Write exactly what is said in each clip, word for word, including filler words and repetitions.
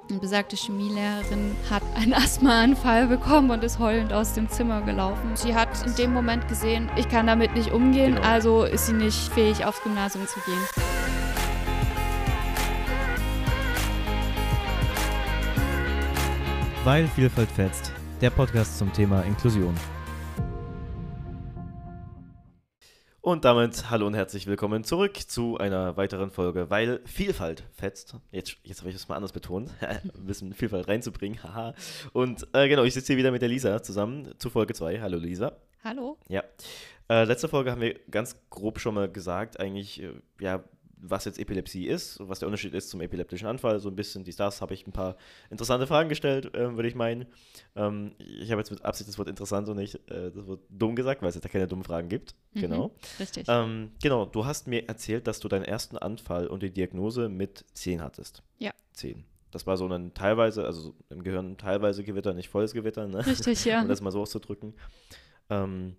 Eine besagte Chemielehrerin hat einen Asthmaanfall bekommen und ist heulend aus dem Zimmer gelaufen. Sie hat in dem Moment gesehen, ich kann damit nicht umgehen, genau. Also ist sie nicht fähig, aufs Gymnasium zu gehen. Weil Vielfalt fetzt, der Podcast zum Thema Inklusion. Und damit hallo und herzlich willkommen zurück zu einer weiteren Folge, weil Vielfalt fetzt. Jetzt, jetzt habe ich es mal anders betont, ein bisschen Vielfalt reinzubringen, haha. Und äh, genau, ich sitze hier wieder mit der Lisa zusammen zu Folge zwei. Hallo Lisa. Hallo. Ja, äh, letzte Folge haben wir ganz grob schon mal gesagt, eigentlich, äh, ja, was jetzt Epilepsie ist, was der Unterschied ist zum epileptischen Anfall, so ein bisschen dies, das, habe ich ein paar interessante Fragen gestellt, äh, würde ich meinen. Ähm, ich habe jetzt mit Absicht das Wort interessant und nicht äh, das Wort dumm gesagt, weil es jetzt da keine dummen Fragen gibt. Mhm, genau. Richtig. Ähm, genau, du hast mir erzählt, dass du deinen ersten Anfall und die Diagnose mit zehn hattest. Ja. zehn. Das war so ein teilweise, also im Gehirn teilweise Gewitter, nicht volles Gewitter, ne? Richtig, ja. Um das mal so auszudrücken. Ähm,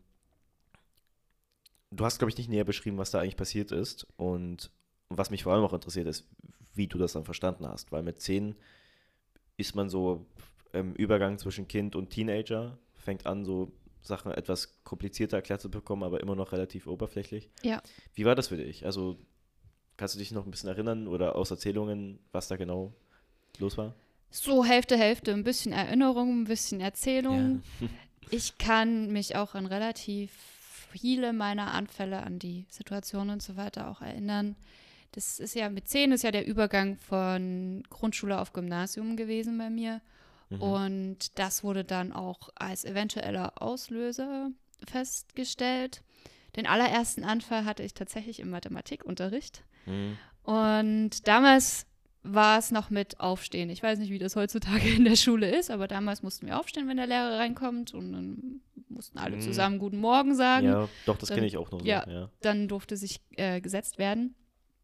du hast, glaube ich, nicht näher beschrieben, was da eigentlich passiert ist, und was mich vor allem auch interessiert ist, wie du das dann verstanden hast, weil mit zehn ist man so im Übergang zwischen Kind und Teenager, fängt an, so Sachen etwas komplizierter erklärt zu bekommen, aber immer noch relativ oberflächlich. Ja. Wie war das für dich? Also kannst du dich noch ein bisschen erinnern oder aus Erzählungen, was da genau los war? So Hälfte, Hälfte, ein bisschen Erinnerung, ein bisschen Erzählung. Ja. Ich kann mich auch an relativ viele meiner Anfälle, an die Situationen und so weiter auch erinnern. Das ist ja, mit zehn ist ja der Übergang von Grundschule auf Gymnasium gewesen bei mir. Mhm. Und das wurde dann auch als eventueller Auslöser festgestellt. Den allerersten Anfall hatte ich tatsächlich im Mathematikunterricht. Mhm. Und damals war es noch mit Aufstehen. Ich weiß nicht, wie das heutzutage in der Schule ist, aber damals mussten wir aufstehen, wenn der Lehrer reinkommt, und dann mussten alle mhm. zusammen Guten Morgen sagen. Ja, doch, das kenne ich auch noch so. Ja, ja, dann durfte sich äh, gesetzt werden.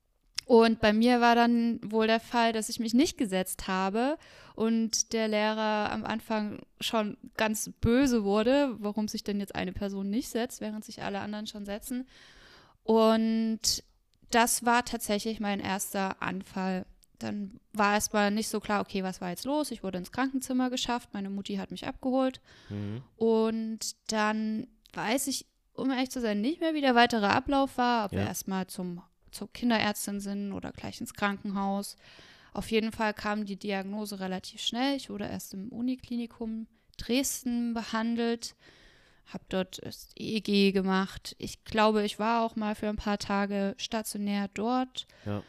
Und bei mir war dann wohl der Fall, dass ich mich nicht gesetzt habe und der Lehrer am Anfang schon ganz böse wurde, warum sich denn jetzt eine Person nicht setzt, während sich alle anderen schon setzen. Und das war tatsächlich mein erster Anfall. Dann war erstmal nicht so klar, okay, was war jetzt los? Ich wurde ins Krankenzimmer geschafft, meine Mutti hat mich abgeholt. Mhm. Und dann weiß ich, um ehrlich zu sein, nicht mehr, wie der weitere Ablauf war, ob ja. wir erstmal zum zur Kinderärztin sind oder gleich ins Krankenhaus. Auf jeden Fall kam die Diagnose relativ schnell. Ich wurde erst im Uniklinikum Dresden behandelt, habe dort das E E G gemacht. Ich glaube, ich war auch mal für ein paar Tage stationär dort. Ja.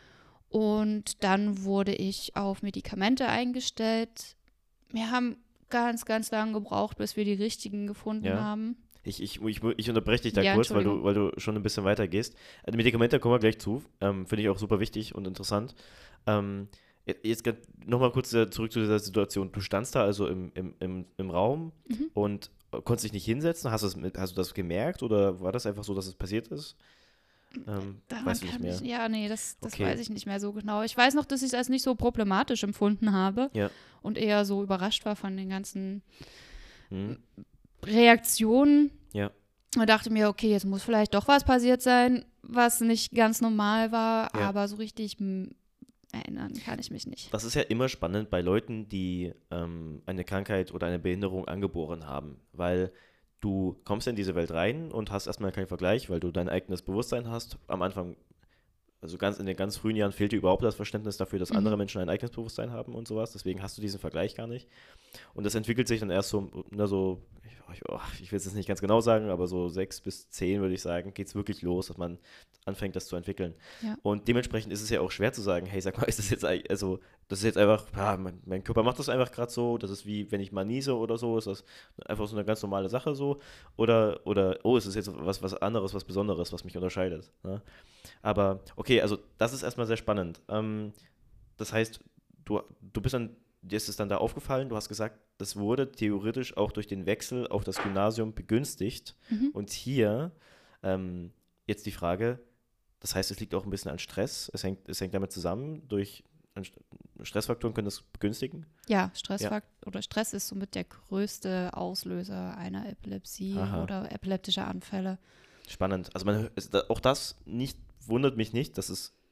Und dann wurde ich auf Medikamente eingestellt. Wir haben ganz, ganz lange gebraucht, bis wir die richtigen gefunden ja. haben. Ich, ich, ich, ich unterbreche dich da ja, kurz, weil du, weil du schon ein bisschen weiter gehst. Die Medikamente kommen wir gleich zu. Ähm, Finde ich auch super wichtig und interessant. Ähm, jetzt nochmal kurz zurück zu dieser Situation. Du standst da also im, im, im, im Raum mhm. und konntest dich nicht hinsetzen. Hast, mit, hast du das gemerkt oder war das einfach so, dass es passiert ist? Ähm, weißt du nicht mehr? Ich, ja, nee, das, das okay. weiß ich nicht mehr so genau. Ich weiß noch, dass ich es als nicht so problematisch empfunden habe ja. und eher so überrascht war von den ganzen hm. Reaktionen. Ja. Und dachte mir, okay, jetzt muss vielleicht doch was passiert sein, was nicht ganz normal war, ja. aber so richtig m- erinnern kann ich mich nicht. Das ist ja immer spannend bei Leuten, die ähm, eine Krankheit oder eine Behinderung angeboren haben, weil du kommst in diese Welt rein und hast erstmal keinen Vergleich, weil du dein eigenes Bewusstsein hast. Am Anfang, also ganz in den ganz frühen Jahren, fehlt dir überhaupt das Verständnis dafür, dass mhm. andere Menschen ein eigenes Bewusstsein haben und sowas. Deswegen hast du diesen Vergleich gar nicht. Und das entwickelt sich dann erst so, na so ich, oh, ich will es jetzt nicht ganz genau sagen, aber so sechs bis zehn, würde ich sagen, geht es wirklich los, dass man anfängt, das zu entwickeln. Ja. Und dementsprechend ist es ja auch schwer zu sagen, hey, sag mal, ist das jetzt, also, das ist jetzt einfach, ja, mein, mein Körper macht das einfach gerade so, das ist wie, wenn ich mal niese oder so, ist das einfach so eine ganz normale Sache so. Oder, oder oh, es ist jetzt was, was anderes, was Besonderes, was mich unterscheidet. Ne? Aber, okay, also das ist erstmal sehr spannend. Ähm, das heißt, du, du bist dann, dir ist es dann da aufgefallen, du hast gesagt, das wurde theoretisch auch durch den Wechsel auf das Gymnasium begünstigt. Mhm. Und hier ähm, jetzt die Frage, das heißt, es liegt auch ein bisschen an Stress, es hängt, es hängt damit zusammen, durch Stressfaktoren können das begünstigen? Ja, Stressfakt- ja. oder Stress ist somit der größte Auslöser einer Epilepsie Aha. oder epileptischer Anfälle. Spannend. Also man, auch das nicht, wundert mich nicht, dass es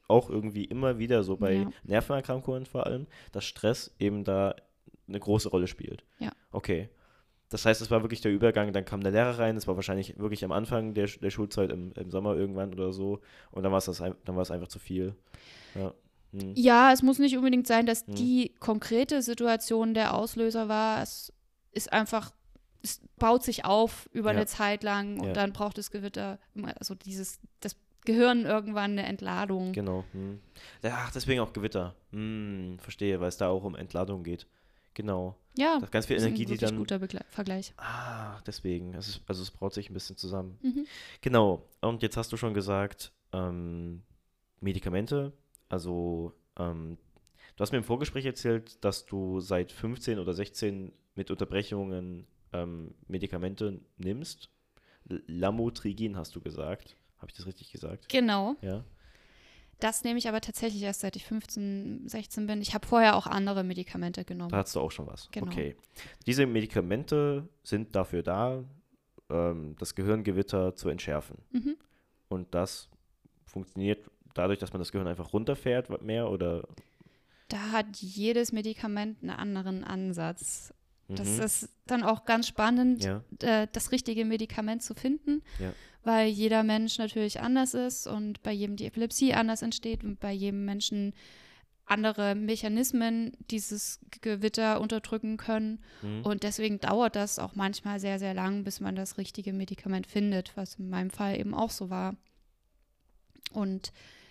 auch irgendwie immer wieder so bei Ja. Nervenerkrankungen vor allem, dass Stress eben da eine große Rolle spielt. Ja. Okay. Das heißt, es war wirklich der Übergang, dann kam der Lehrer rein, das war wahrscheinlich wirklich am Anfang der, der Schulzeit, im, im Sommer irgendwann oder so, und dann war es das, ein- dann war es einfach zu viel. Ja. Hm. Ja, es muss nicht unbedingt sein, dass Hm. die konkrete Situation der Auslöser war. Es ist einfach, es baut sich auf über Ja. eine Zeit lang und Ja. dann braucht das Gewitter, also dieses, das Gehirn irgendwann eine Entladung. Genau. Hm. Ja, ach, deswegen auch Gewitter. Hm, verstehe, weil es da auch um Entladung geht. Genau. Ja, Da ist ganz viel das ist Energie, ein die wirklich dann. guter Begle- Vergleich. Ah, deswegen. Es ist, also es braut sich ein bisschen zusammen. Mhm. Genau. Und jetzt hast du schon gesagt, ähm, Medikamente. Also, ähm, du hast mir im Vorgespräch erzählt, dass du seit fünfzehn oder sechzehn mit Unterbrechungen ähm, Medikamente nimmst. L- Lamotrigin hast du gesagt. Habe ich das richtig gesagt? Genau. Ja. Das nehme ich aber tatsächlich erst seit ich fünfzehn, sechzehn bin. Ich habe vorher auch andere Medikamente genommen. Da hast du auch schon was. Genau. Okay. Diese Medikamente sind dafür da, ähm, das Gehirngewitter zu entschärfen. Mhm. Und das funktioniert dadurch, dass man das Gehirn einfach runterfährt mehr oder. Da hat jedes Medikament einen anderen Ansatz. Das Mhm. ist dann auch ganz spannend, Ja. äh, das richtige Medikament zu finden, Ja. weil jeder Mensch natürlich anders ist und bei jedem die Epilepsie anders entsteht und bei jedem Menschen andere Mechanismen dieses Gewitter unterdrücken können. Mhm. Und deswegen dauert das auch manchmal sehr, sehr lang, bis man das richtige Medikament findet, was in meinem Fall eben auch so war. Und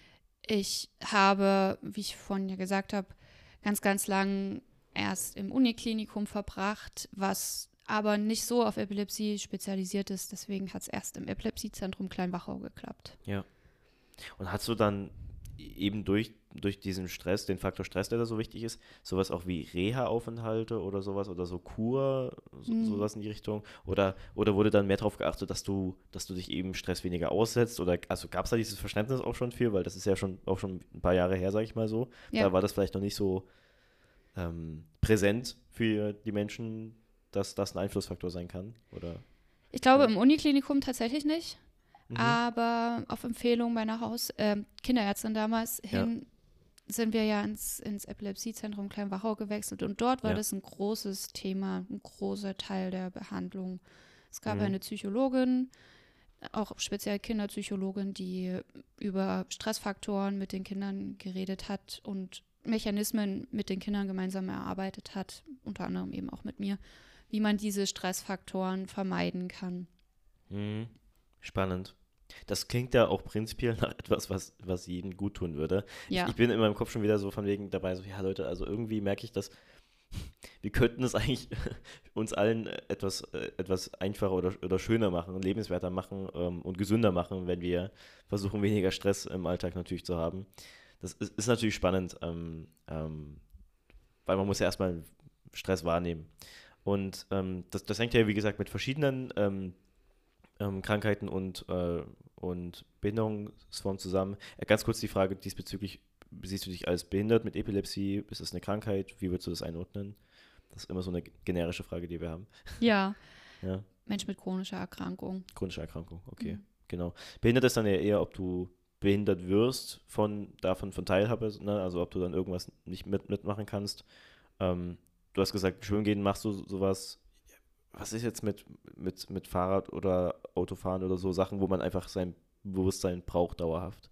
ich habe, wie ich vorhin ja gesagt habe, ganz, ganz lang erst im Uniklinikum verbracht, was aber nicht so auf Epilepsie spezialisiert ist. Deswegen hat es erst im Epilepsiezentrum Kleinwachau geklappt. Und hast du dann eben durch, durch diesen Stress, den Faktor Stress, der da so wichtig ist, sowas auch wie Reha-Aufenthalte oder sowas oder so Kur, so, Mhm. sowas in die Richtung? Oder, oder wurde dann mehr darauf geachtet, dass du, dass du dich eben Stress weniger aussetzt? Oder also gab es da dieses Verständnis auch schon für, weil das ist ja schon auch schon ein paar Jahre her, sag ich mal so. Ja. Da war das vielleicht noch nicht so ähm, präsent für die Menschen, dass das ein Einflussfaktor sein kann? Oder? Ich glaube, Ja. im Uniklinikum tatsächlich nicht. Mhm. Aber auf Empfehlung meiner Haus äh, Kinderärztin damals Ja. hin sind wir ja ins, ins Epilepsiezentrum Kleinwachau gewechselt und dort war Ja. das ein großes Thema, ein großer Teil der Behandlung. Es gab Mhm. eine Psychologin, auch speziell Kinderpsychologin, die über Stressfaktoren mit den Kindern geredet hat und Mechanismen mit den Kindern gemeinsam erarbeitet hat, unter anderem eben auch mit mir, wie man diese Stressfaktoren vermeiden kann. Mhm. Spannend. Das klingt ja auch prinzipiell nach etwas, was, was jedem gut tun würde. Ja. Ich, ich bin in meinem Kopf schon wieder so von wegen dabei, so, ja Leute, also irgendwie merke ich, dass wir könnten es eigentlich uns allen etwas, äh, etwas einfacher oder, oder schöner machen, lebenswerter machen ähm, und gesünder machen, wenn wir versuchen, weniger Stress im Alltag natürlich zu haben. Das ist, ist natürlich spannend, ähm, ähm, weil man muss ja erstmal Stress wahrnehmen. Und ähm, das, das hängt ja, wie gesagt, mit verschiedenen ähm, ähm, Krankheiten und, äh, und Behinderungsformen zusammen. Äh, ganz kurz die Frage diesbezüglich, siehst du dich als behindert mit Epilepsie? Ist das eine Krankheit? Wie würdest du das einordnen? Das ist immer so eine generische Frage, die wir haben. Ja, Ja, Mensch mit chronischer Erkrankung. chronische Erkrankung, okay, Mhm. genau. Behindert ist dann ja eher, ob du behindert wirst von davon von Teilhabe, ne? Also ob du dann irgendwas nicht mit, mitmachen kannst. Ähm, du hast gesagt, schwimmen gehen machst du sowas. Was ist jetzt mit, mit, mit Fahrrad oder Autofahren oder so Sachen, wo man einfach sein Bewusstsein braucht dauerhaft?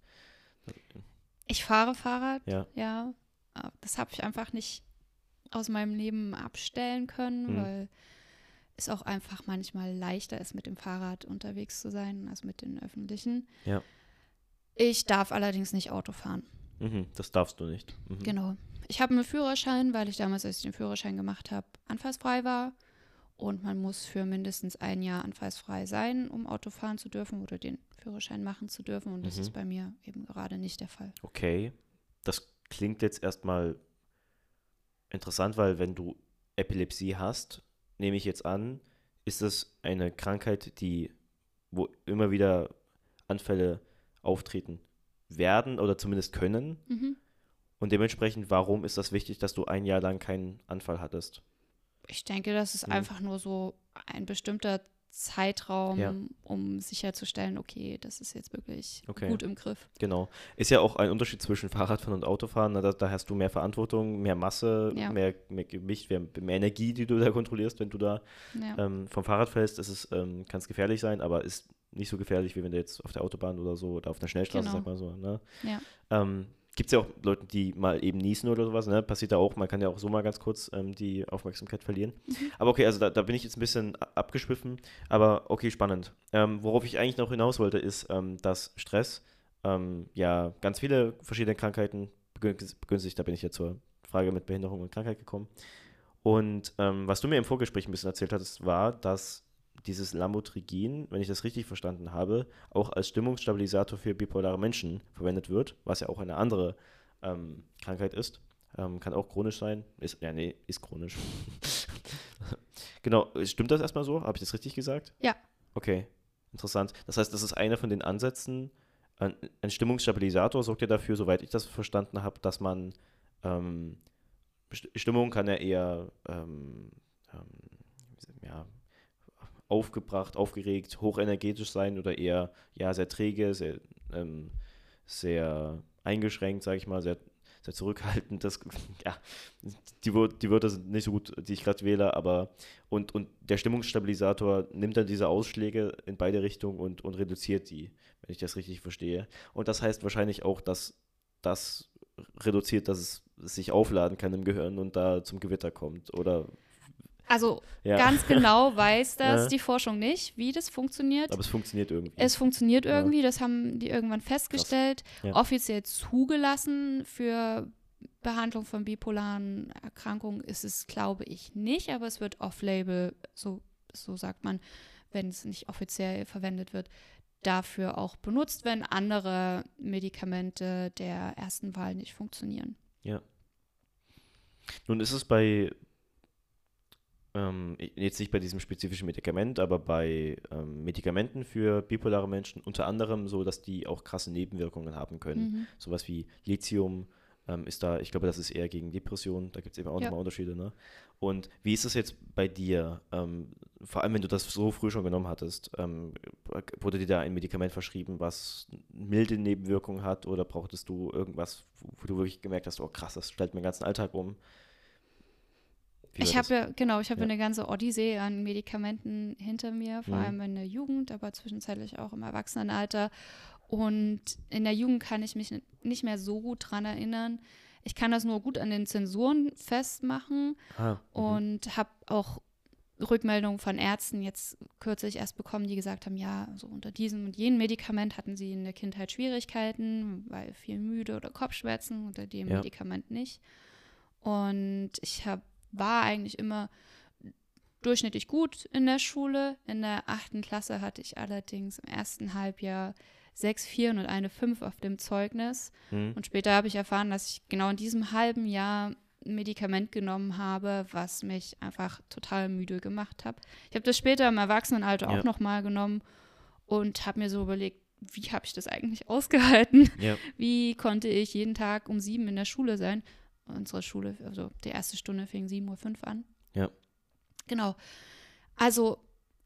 Ich fahre Fahrrad, Ja. ja. Aber das habe ich einfach nicht aus meinem Leben abstellen können, Mhm. weil es auch einfach manchmal leichter ist, mit dem Fahrrad unterwegs zu sein, als mit den öffentlichen. Ja. Ich darf allerdings nicht Auto fahren. Mhm, das darfst du nicht. Mhm. Genau. Ich habe einen Führerschein, weil ich damals, als ich den Führerschein gemacht habe, anfallsfrei war. Und man muss für mindestens ein Jahr anfallsfrei sein, um Auto fahren zu dürfen oder den Führerschein machen zu dürfen. Und das Mhm. ist bei mir eben gerade nicht der Fall. Okay, das klingt jetzt erstmal interessant, weil wenn du Epilepsie hast, nehme ich jetzt an, ist es eine Krankheit, die, wo immer wieder Anfälle auftreten werden oder zumindest können. Mhm. Und dementsprechend, warum ist das wichtig, dass du ein Jahr lang keinen Anfall hattest? Ich denke, das ist Mhm. einfach nur so ein bestimmter Zeitraum, Ja. um sicherzustellen, okay, das ist jetzt wirklich Okay. gut im Griff. Genau. Ist ja auch ein Unterschied zwischen Fahrradfahren und Autofahren. Na, Da, da hast du mehr Verantwortung, mehr Masse, Ja. mehr, mehr Gewicht, mehr, mehr Energie, die du da kontrollierst, wenn du da Ja, ähm, vom Fahrrad fällst. Ist es, ähm, kann es gefährlich sein, aber ist nicht so gefährlich, wie wenn du jetzt auf der Autobahn oder so oder auf einer Schnellstraße, Genau. sag mal so. Ne? ja. Ähm, Gibt es ja auch Leute, die mal eben niesen oder sowas, ne? Passiert da auch. Man kann ja auch so mal ganz kurz ähm, die Aufmerksamkeit verlieren. Mhm. Aber okay, also da, da bin ich jetzt ein bisschen a- abgeschwiffen. Aber okay, spannend. Ähm, worauf ich eigentlich noch hinaus wollte, ist, ähm, dass Stress ähm, ja ganz viele verschiedene Krankheiten begün- begünstigt. Da bin ich ja zur Frage mit Behinderung und Krankheit gekommen. Und ähm, was du mir im Vorgespräch ein bisschen erzählt hattest, war, dass dieses Lamotrigin, wenn ich das richtig verstanden habe, auch als Stimmungsstabilisator für bipolare Menschen verwendet wird, was ja auch eine andere ähm, Krankheit ist. Ähm, kann auch chronisch sein. Ist, ja, nee, ist chronisch. Genau, stimmt das erstmal so? Habe ich das richtig gesagt? Ja. Okay, interessant. Das heißt, das ist einer von den Ansätzen. Ein, ein Stimmungsstabilisator sorgt ja dafür, soweit ich das verstanden habe, dass man ähm, St- Stimmung kann ja eher ähm, ähm, ja, aufgebracht, aufgeregt, hochenergetisch sein oder eher ja, sehr träge, sehr, ähm, sehr eingeschränkt, sage ich mal, sehr, sehr zurückhaltend. Das, ja, die, Wör- die Wörter sind nicht so gut, die ich gerade wähle, aber und, und der Stimmungsstabilisator nimmt dann diese Ausschläge in beide Richtungen und, und reduziert die, wenn ich das richtig verstehe. Und das heißt wahrscheinlich auch, dass das reduziert, dass es sich aufladen kann im Gehirn und da zum Gewitter kommt. Oder Also ja. ganz genau weiß das Ja. die Forschung nicht, wie das funktioniert. Aber es funktioniert irgendwie. Es funktioniert Ja. irgendwie, das haben die irgendwann festgestellt. Ja. Offiziell zugelassen für Behandlung von bipolaren Erkrankungen ist es, glaube ich, nicht, aber es wird off-label, so, so sagt man, wenn es nicht offiziell verwendet wird, dafür auch benutzt, wenn andere Medikamente der ersten Wahl nicht funktionieren. Ja. Nun ist es bei, ähm, jetzt nicht bei diesem spezifischen Medikament, aber bei ähm, Medikamenten für bipolare Menschen unter anderem so, dass die auch krasse Nebenwirkungen haben können. Mhm. Sowas wie Lithium ähm, ist da, ich glaube, das ist eher gegen Depressionen, da gibt es eben auch Ja. nochmal Unterschiede. Ne? Und wie ist es jetzt bei dir? Ähm, vor allem, wenn du das so früh schon genommen hattest, ähm, wurde dir da ein Medikament verschrieben, was milde Nebenwirkungen hat oder brauchtest du irgendwas, wo, wo du wirklich gemerkt hast, oh krass, das stellt meinen ganzen Alltag um? Wie war Ich das? habe ja, genau, ich habe Ja. eine ganze Odyssee an Medikamenten hinter mir, vor Mhm. allem in der Jugend, aber zwischenzeitlich auch im Erwachsenenalter. Und in der Jugend kann ich mich n- nicht mehr so gut dran erinnern. Ich kann das nur gut an den Zensuren festmachen Ah, mhm. und habe auch Rückmeldungen von Ärzten jetzt kürzlich erst bekommen, die gesagt haben, ja, so unter diesem und jenem Medikament hatten sie in der Kindheit Schwierigkeiten, weil viel müde oder Kopfschmerzen, unter dem Ja. Medikament nicht. Und ich hab, war eigentlich immer durchschnittlich gut in der Schule. In der achten Klasse hatte ich allerdings im ersten Halbjahr sechs Vieren und eine Fünf auf dem Zeugnis. Mhm. Und später habe ich erfahren, dass ich genau in diesem halben Jahr ein Medikament genommen habe, was mich einfach total müde gemacht hat. Ich habe das später im Erwachsenenalter Ja. auch nochmal genommen und habe mir so überlegt, wie habe ich das eigentlich ausgehalten? Ja. Wie konnte ich jeden Tag um sieben in der Schule sein? Unsere Schule, also die erste Stunde fing sieben Uhr fünf an. Ja. Genau. Also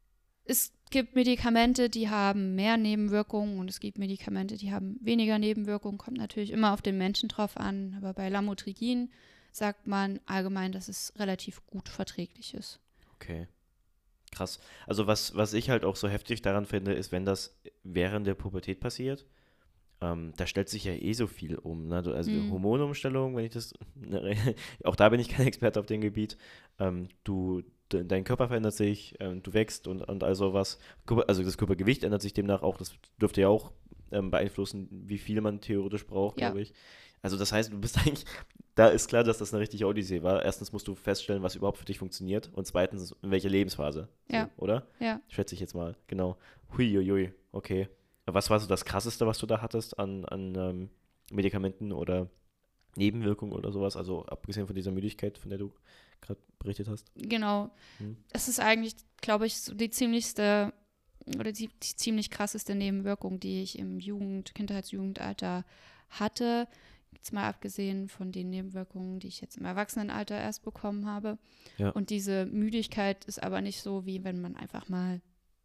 es gibt Medikamente, die haben mehr Nebenwirkungen und es gibt Medikamente, die haben weniger Nebenwirkungen. Kommt natürlich immer auf den Menschen drauf an. Aber bei Lamotrigin sagt man allgemein, dass es relativ gut verträglich ist. Okay. Krass. Also was, was ich halt auch so heftig daran finde, ist, wenn das während der Pubertät passiert, ähm, da stellt sich ja eh so viel um. Ne? Du- Also Mhm. Hormonumstellung, wenn ich das, auch da bin ich kein Experte auf dem Gebiet. Ähm, du, de, dein Körper verändert sich, ähm, du wächst und, und all sowas. Körper- Also das Körpergewicht ändert sich demnach auch. Das dürfte ja auch ähm, beeinflussen, wie viel man theoretisch braucht, Ja. glaube ich. Also das heißt, du bist eigentlich, da ist klar, dass das eine richtige Odyssee war. Erstens musst du feststellen, was überhaupt für dich funktioniert und zweitens, in welcher Lebensphase. So, Ja. oder? Ja. Schätze ich jetzt mal, genau. Huiuiui, okay. Was war so das Krasseste, was du da hattest an, an ähm, Medikamenten oder Nebenwirkungen oder sowas? Also abgesehen von dieser Müdigkeit, von der du gerade berichtet hast. Genau. Hm. Es ist eigentlich, glaube ich, so die ziemlichste oder die, die ziemlich krasseste Nebenwirkung, die ich im Jugend-, Kindheits-Jugendalter hatte. Jetzt mal abgesehen von den Nebenwirkungen, die ich jetzt im Erwachsenenalter erst bekommen habe. Ja. Und diese Müdigkeit ist aber nicht so, wie wenn man einfach mal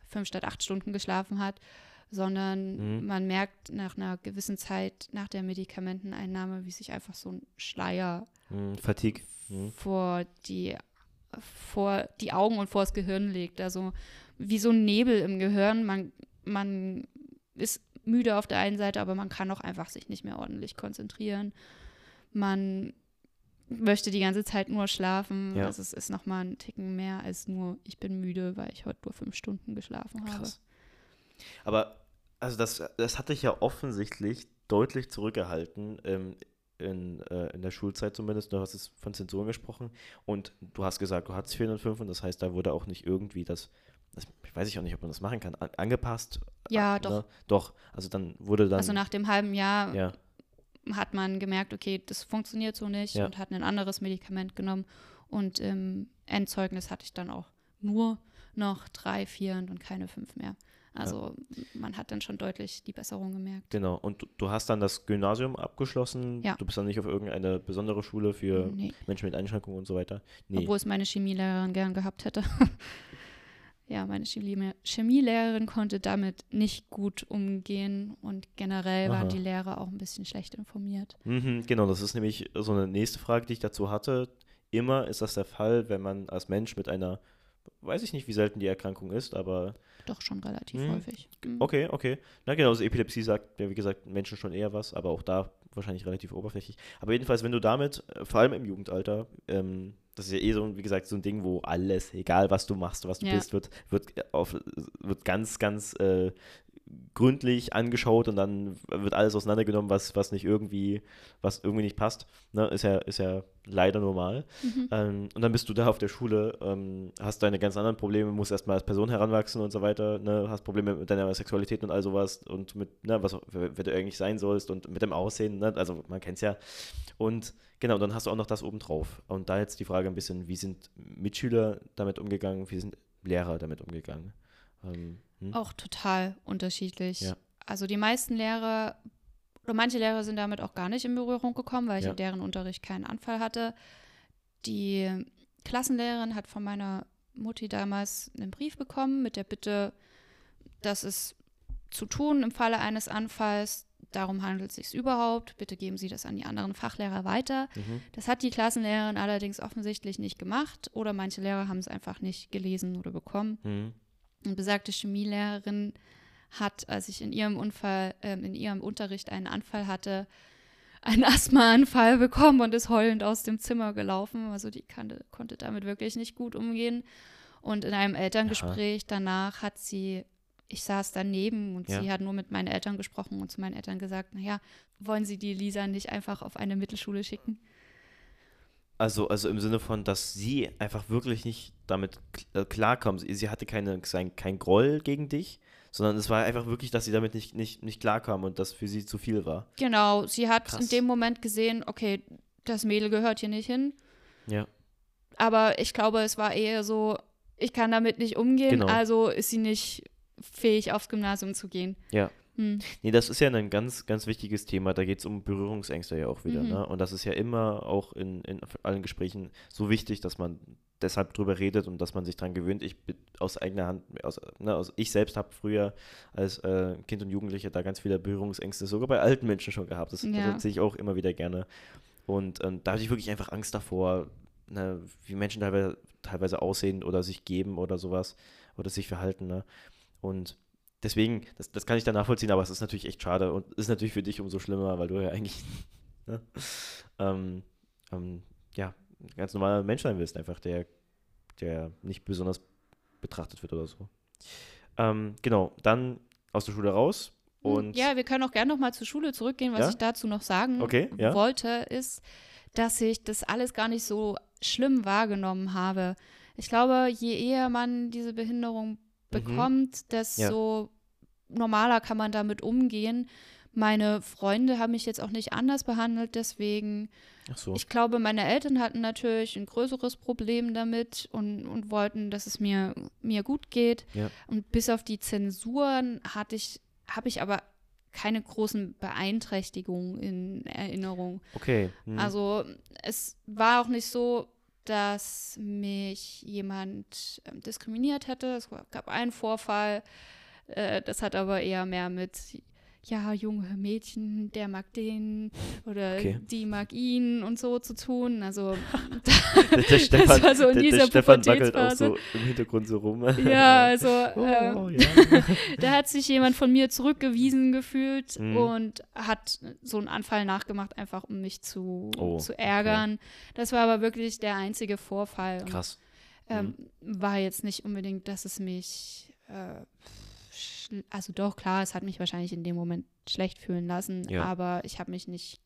fünf statt acht Stunden geschlafen hat, sondern Mhm. man merkt nach einer gewissen Zeit, nach der Medikamenteneinnahme, wie sich einfach so ein Schleier Mhm. Fatigue. Mhm. vor die, vor die Augen und vor das Gehirn legt. Also wie so ein Nebel im Gehirn. Man, man ist müde auf der einen Seite, aber man kann auch einfach sich nicht mehr ordentlich konzentrieren. Man möchte die ganze Zeit nur schlafen. Ja. Also es ist nochmal ein Ticken mehr als nur, ich bin müde, weil ich heute nur fünf Stunden geschlafen habe. Krass. Aber, also das, das hat dich ja offensichtlich deutlich zurückgehalten, ähm, in, äh, in der Schulzeit zumindest. Du hast es von Zensuren gesprochen und du hast gesagt, du hattest vierhundertfünf und das heißt, da wurde auch nicht irgendwie das, das ich weiß ich auch nicht, ob man das machen kann, an, angepasst. Ja, äh, doch. Ne? Doch, also dann wurde dann, Also nach dem halben Jahr ja, hat man gemerkt, okay, das funktioniert so nicht Ja. und hat ein anderes Medikament genommen. Und im Endzeugnis hatte ich dann auch nur noch drei, vier und keine fünf mehr. Also man hat dann schon deutlich die Besserung gemerkt. genau. Und du, du hast dann das Gymnasium abgeschlossen. Ja. Du bist dann nicht auf irgendeine besondere Schule für Nee. Menschen mit Einschränkungen und so weiter. Nee. Obwohl es meine Chemielehrerin gern gehabt hätte. Ja, meine Chemie Chemielehrerin konnte damit nicht gut umgehen und generell Aha. waren die Lehrer auch ein bisschen schlecht informiert. Mhm, genau, das ist nämlich so eine nächste Frage, die ich dazu hatte. Immer ist das der Fall, wenn man als Mensch mit einer, weiß ich nicht, wie selten die Erkrankung ist, aber Doch schon relativ Hm, häufig. Mhm. okay, okay. Na genau, also Epilepsie sagt ja, wie gesagt, Menschen schon eher was, aber auch da wahrscheinlich relativ oberflächlich. Aber jedenfalls, wenn du damit, äh, vor allem im Jugendalter, ähm, das ist ja eh so, wie gesagt, so ein Ding, wo alles, egal was du machst, was du Ja. bist, wird, wird, äh, auf, wird ganz, ganz äh, gründlich angeschaut und dann wird alles auseinandergenommen, was, was nicht irgendwie, was irgendwie nicht passt. Ne? Ist ja, ist ja leider normal. Mhm. Ähm, und dann bist du da auf der Schule, ähm, hast deine ganz anderen Probleme, musst erstmal als Person heranwachsen und so weiter, ne? Hast Probleme mit deiner Sexualität und all sowas und mit, ne, was, auch- wer, wer du eigentlich sein sollst und mit dem Aussehen, ne? Also man kennt es ja. Und genau, dann hast du auch noch das obendrauf. Und da jetzt die Frage ein bisschen, wie sind Mitschüler damit umgegangen, wie sind Lehrer damit umgegangen? Ähm, hm? Auch total unterschiedlich. Ja. Also die meisten Lehrer oder manche Lehrer sind damit auch gar nicht in Berührung gekommen, weil ich Ja. in deren Unterricht keinen Anfall hatte. Die Klassenlehrerin hat von meiner Mutti damals einen Brief bekommen mit der Bitte, das ist zu tun im Falle eines Anfalls. Darum handelt es sich überhaupt. Bitte geben Sie das an die anderen Fachlehrer weiter. Mhm. Das hat die Klassenlehrerin allerdings offensichtlich nicht gemacht oder manche Lehrer haben es einfach nicht gelesen oder bekommen. Mhm. Und besagte Chemielehrerin hat, als ich in ihrem Unfall, ähm, in ihrem Unterricht einen Anfall hatte, einen Asthmaanfall bekommen und ist heulend aus dem Zimmer gelaufen. Also die kannte, konnte damit wirklich nicht gut umgehen. Und in einem Elterngespräch danach hat sie, ich saß daneben und Ja. sie hat nur mit meinen Eltern gesprochen und zu meinen Eltern gesagt, naja, wollen Sie die Lisa nicht einfach auf eine Mittelschule schicken? Also, also im Sinne von, dass sie einfach wirklich nicht damit kl- äh, klarkommt. Sie, sie hatte keine, sein, kein Groll gegen dich, sondern es war einfach wirklich, dass sie damit nicht, nicht, nicht klarkam und das für sie zu viel war. Genau, sie hat Krass. in dem Moment gesehen, okay, das Mädel gehört hier nicht hin. Ja. Aber ich glaube, es war eher so, ich kann damit nicht umgehen, Genau. also ist sie nicht fähig, aufs Gymnasium zu gehen. Ja. Hm. Nee, das ist ja ein ganz, ganz wichtiges Thema. Da geht es um Berührungsängste ja auch wieder. Mhm. Ne? Und das ist ja immer auch in, in allen Gesprächen so wichtig, dass man deshalb drüber redet und dass man sich dran gewöhnt. Ich bin aus eigener Hand, aus, ne, aus, ich selbst habe früher als äh, Kind und Jugendlicher da ganz viele Berührungsängste, sogar bei alten Menschen schon gehabt. Das, Ja. das erzähle ich auch immer wieder gerne. Und ähm, da hatte ich wirklich einfach Angst davor, ne, wie Menschen teilweise, teilweise aussehen oder sich geben oder sowas oder sich verhalten. Ne? Und deswegen, das, das kann ich da nachvollziehen, aber es ist natürlich echt schade und ist natürlich für dich umso schlimmer, weil du ja eigentlich ne, ähm, ähm, ja, ein ganz normaler Mensch sein willst, einfach, der, der nicht besonders betrachtet wird oder so. Ähm, genau, dann aus der Schule raus und Ja, wir können auch gerne noch mal zur Schule zurückgehen. Was Ja? ich dazu noch sagen Okay, ja. wollte, ist, dass ich das alles gar nicht so schlimm wahrgenommen habe. Ich glaube, je eher man diese Behinderung bekommt, desto normaler kann man damit umgehen. Meine Freunde haben mich jetzt auch nicht anders behandelt, deswegen, ach so, ich glaube, meine Eltern hatten natürlich ein größeres Problem damit und, und wollten, dass es mir, mir gut geht. Ja. Und bis auf die Zensuren hatte ich, habe ich aber keine großen Beeinträchtigungen in Erinnerung. okay. Hm. Also es war auch nicht so, dass mich jemand ähm, diskriminiert hätte. Es gab einen Vorfall, äh, das hat aber eher mehr mit, ja, junge Mädchen, der mag den oder Okay. die mag ihn und so zu tun. Also Der, der Stefan, das war so in der, dieser der Stefan wackelt auch Pubertätsphase. so im Hintergrund so rum. Ja, also Oh, ähm, ja. da hat sich jemand von mir zurückgewiesen gefühlt Mhm. und hat so einen Anfall nachgemacht, einfach um mich zu, Oh, zu ärgern. Das war aber wirklich der einzige Vorfall. Und, Krass. ähm, war jetzt nicht unbedingt, dass es mich, äh, schl- also doch, klar, es hat mich wahrscheinlich in dem Moment schlecht fühlen lassen, Ja. aber ich habe mich nicht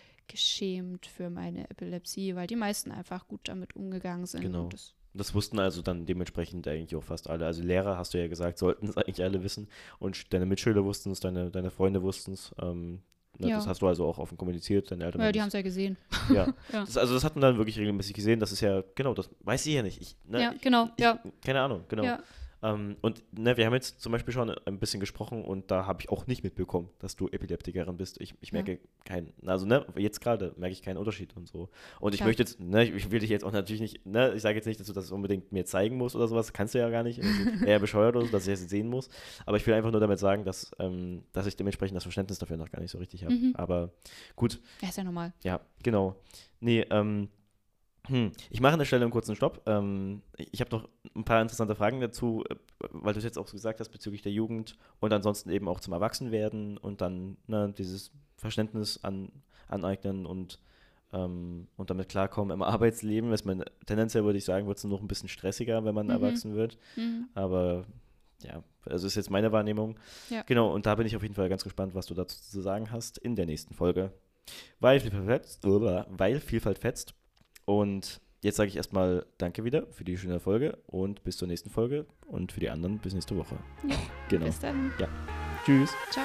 geschämt für meine Epilepsie, weil die meisten einfach gut damit umgegangen sind. Genau. Und das, Das wussten also dann dementsprechend eigentlich auch fast alle. Also Lehrer, hast du ja gesagt, sollten es eigentlich alle wissen. Und deine Mitschüler wussten es, deine, deine Freunde wussten es. Ähm, ne, Ja. Das hast du also auch offen kommuniziert, deine Eltern ja, haben die es- haben es ja gesehen. Ja. Ja. Das, also das hat man dann wirklich regelmäßig gesehen. Das ist ja, genau, das weiß ich ja nicht. Ich, ne, Ja, ich, genau, ich, ja. Keine Ahnung, genau. Ja. Ähm, und ne, wir haben jetzt zum Beispiel schon ein bisschen gesprochen und da habe ich auch nicht mitbekommen, dass du Epileptikerin bist. Ich, ich Ja. merke keinen, also ne, jetzt gerade merke ich keinen Unterschied und so. Und ich Ja. möchte jetzt, ne, ich, ich will dich jetzt auch natürlich nicht, ne, ich sage jetzt nicht, dass du das unbedingt mir zeigen musst oder sowas, kannst du ja gar nicht. Das ist eher bescheuert oder so, dass ich das jetzt sehen muss. Aber ich will einfach nur damit sagen, dass, ähm, dass ich dementsprechend das Verständnis dafür noch gar nicht so richtig habe. Mhm. Aber gut, Ja, ist ja normal. ja, genau. Nee, ähm, hm. Ich mache an der Stelle einen kurzen Stopp. Ähm, ich habe noch ein paar interessante Fragen dazu, äh, weil du es jetzt auch so gesagt hast bezüglich der Jugend und ansonsten eben auch zum Erwachsenwerden und dann ne, dieses Verständnis an, aneignen und, ähm, und damit klarkommen im Arbeitsleben. Ist man, tendenziell würde ich sagen, wird es noch ein bisschen stressiger, wenn man Mhm. erwachsen wird. Mhm. Aber ja, also ist jetzt meine Wahrnehmung. Ja. Genau, und da bin ich auf jeden Fall ganz gespannt, was du dazu zu sagen hast in der nächsten Folge. Weil Vielfalt fetzt. Weil Vielfalt fetzt. Und jetzt sage ich erstmal Danke wieder für die schöne Folge und bis zur nächsten Folge und für die anderen bis nächste Woche. Ja. Genau. Bis dann. Tschüss. Ciao.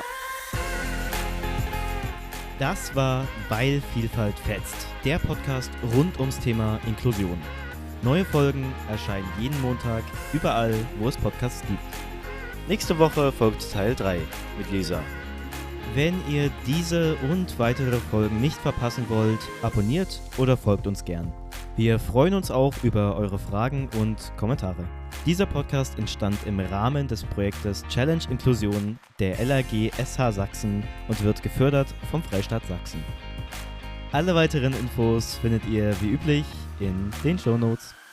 Das war Weil Vielfalt fetzt, der Podcast rund ums Thema Inklusion. Neue Folgen erscheinen jeden Montag überall, wo es Podcasts gibt. Nächste Woche folgt Teil drei mit Lisa. Wenn ihr diese und weitere Folgen nicht verpassen wollt, abonniert oder folgt uns gern. Wir freuen uns auch über eure Fragen und Kommentare. Dieser Podcast entstand im Rahmen des Projektes Challenge Inklusion der L A G S H Sachsen und wird gefördert vom Freistaat Sachsen. Alle weiteren Infos findet ihr wie üblich in den Shownotes.